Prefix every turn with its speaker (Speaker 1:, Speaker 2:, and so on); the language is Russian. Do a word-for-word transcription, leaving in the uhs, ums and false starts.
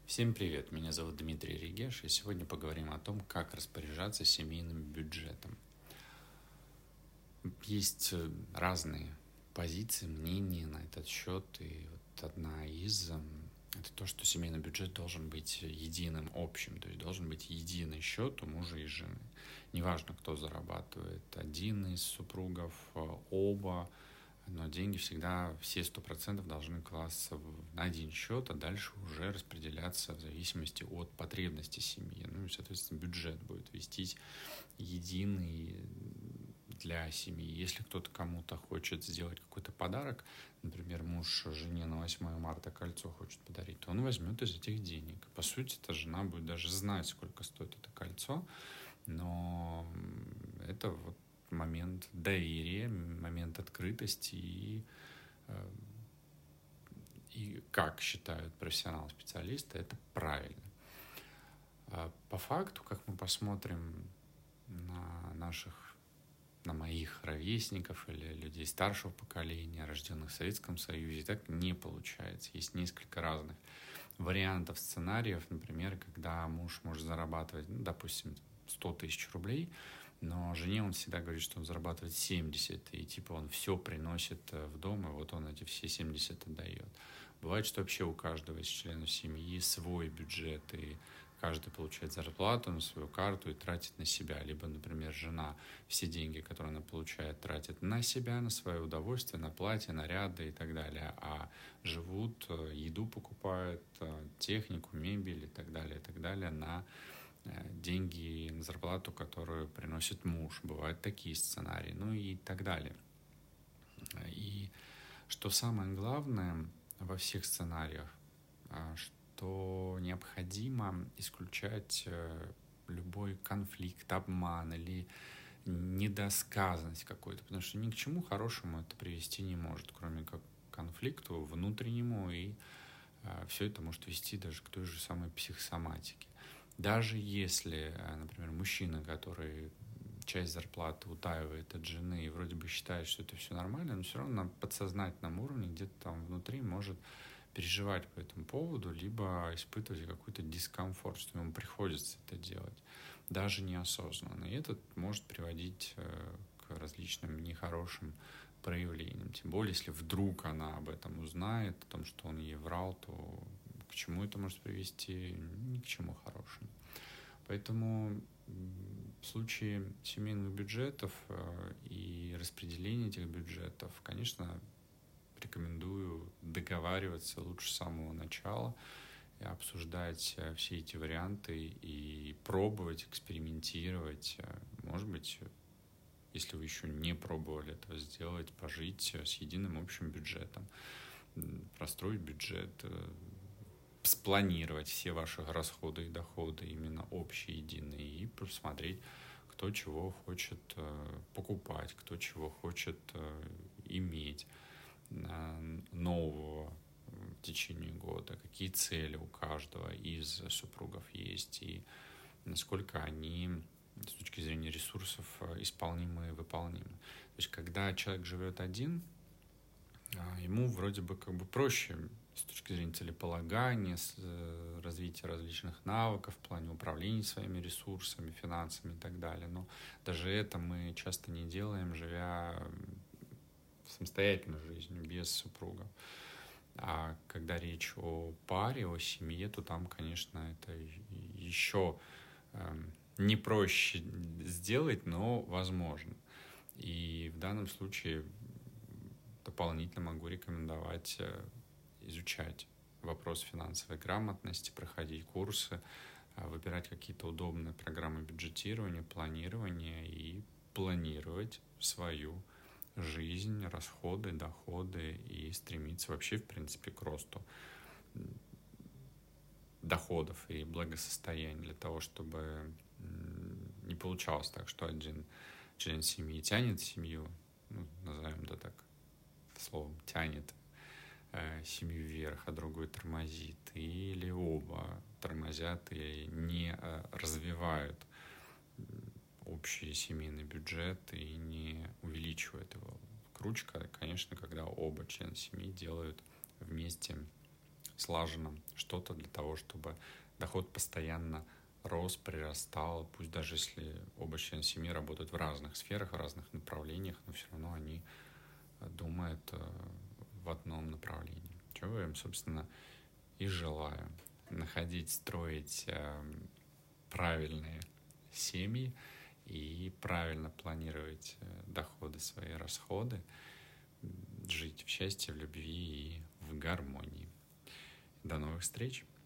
Speaker 1: Всем привет, меня зовут Дмитрий Регеш, и сегодня поговорим о том, как распоряжаться семейным бюджетом. Есть разные позиции, мнения на этот счет, и вот одна из – это то, что семейный бюджет должен быть единым, общим, то есть должен быть единый счет у мужа и жены. Неважно, кто зарабатывает, один из супругов, оба, но деньги всегда, все сто процентов должны классться на один счет, а дальше уже распределяться в зависимости от потребностей семьи. Ну и, соответственно, бюджет будет вестись единый для семьи. Если кто-то кому-то хочет сделать какой-то подарок, например, муж жене на восьмое марта кольцо хочет подарить, то он возьмет из этих денег. По сути, эта жена будет даже знать, сколько стоит это кольцо, но это вот момент доверия, момент открытости и, и как считают профессионалы-специалисты, это правильно. По факту, как мы посмотрим на наших, на моих ровесников или людей старшего поколения, рожденных в Советском Союзе, так не получается. Есть несколько разных вариантов сценариев, например, когда муж может зарабатывать, ну, допустим, сто тысяч рублей, но жене он всегда говорит, что он зарабатывает семьдесят, и типа он все приносит в дом, и вот он эти все семьдесят отдает. Бывает, что вообще у каждого из членов семьи свой бюджет, и каждый получает зарплату на свою карту и тратит на себя. Либо, например, жена все деньги, которые она получает, тратит на себя, на свое удовольствие, на платье, наряды и так далее. А живут, еду покупают, технику, мебель и так далее, и так далее на деньги, на зарплату, которую приносит муж. Бывают такие сценарии, ну и так далее. И что самое главное во всех сценариях, что необходимо исключать любой конфликт, обман или недосказанность какой-то, потому что ни к чему хорошему это привести не может, кроме как к конфликту внутреннему, и все это может вести даже к той же самой психосоматике. Даже если, например, мужчина, который часть зарплаты утаивает от жены и вроде бы считает, что это все нормально, но все равно на подсознательном уровне где-то там внутри может переживать по этому поводу, либо испытывать какой-то дискомфорт, что ему приходится это делать, даже неосознанно. И это может приводить к различным нехорошим проявлениям. Тем более, если вдруг она об этом узнает, о том, что он ей врал, то к чему это может привести? Ни к чему хорошему. Поэтому в случае семейных бюджетов и распределения этих бюджетов, конечно, рекомендую договариваться лучше с самого начала, и обсуждать все эти варианты и пробовать, экспериментировать. Может быть, если вы еще не пробовали этого сделать, пожить с единым общим бюджетом, простроить бюджет, спланировать все ваши расходы и доходы именно общие, единые, и посмотреть, кто чего хочет покупать, кто чего хочет иметь нового в течение года, какие цели у каждого из супругов есть, и насколько они с точки зрения ресурсов исполнимы и выполнимы. То есть, когда человек живет один, ему вроде бы как бы проще с точки зрения целеполагания, развития различных навыков в плане управления своими ресурсами, финансами и так далее. Но даже это мы часто не делаем, живя самостоятельной жизнью, без супруга. А когда речь о паре, о семье, то там, конечно, это еще не проще сделать, но возможно. И в данном случае дополнительно могу рекомендовать изучать вопрос финансовой грамотности, проходить курсы, выбирать какие-то удобные программы бюджетирования, планирования и планировать свою жизнь, расходы, доходы и стремиться вообще, в принципе, к росту доходов и благосостояния для того, чтобы не получалось так, что один член семьи тянет семью, ну, назовем это так, словом, тянет э, семью вверх, а другой тормозит, или оба тормозят и не э, развивают общий семейный бюджет и не увеличивают его. Круче, конечно, когда оба члена семьи делают вместе слаженно, что-то для того, чтобы доход постоянно рос, прирастал, пусть даже если оба члена семьи работают в разных сферах, в разных направлениях, но все равно они думают в одном направлении. Чего я им, собственно, и желаю. Находить, строить правильные семьи и правильно планировать доходы, свои расходы, жить в счастье, в любви и в гармонии. До новых встреч!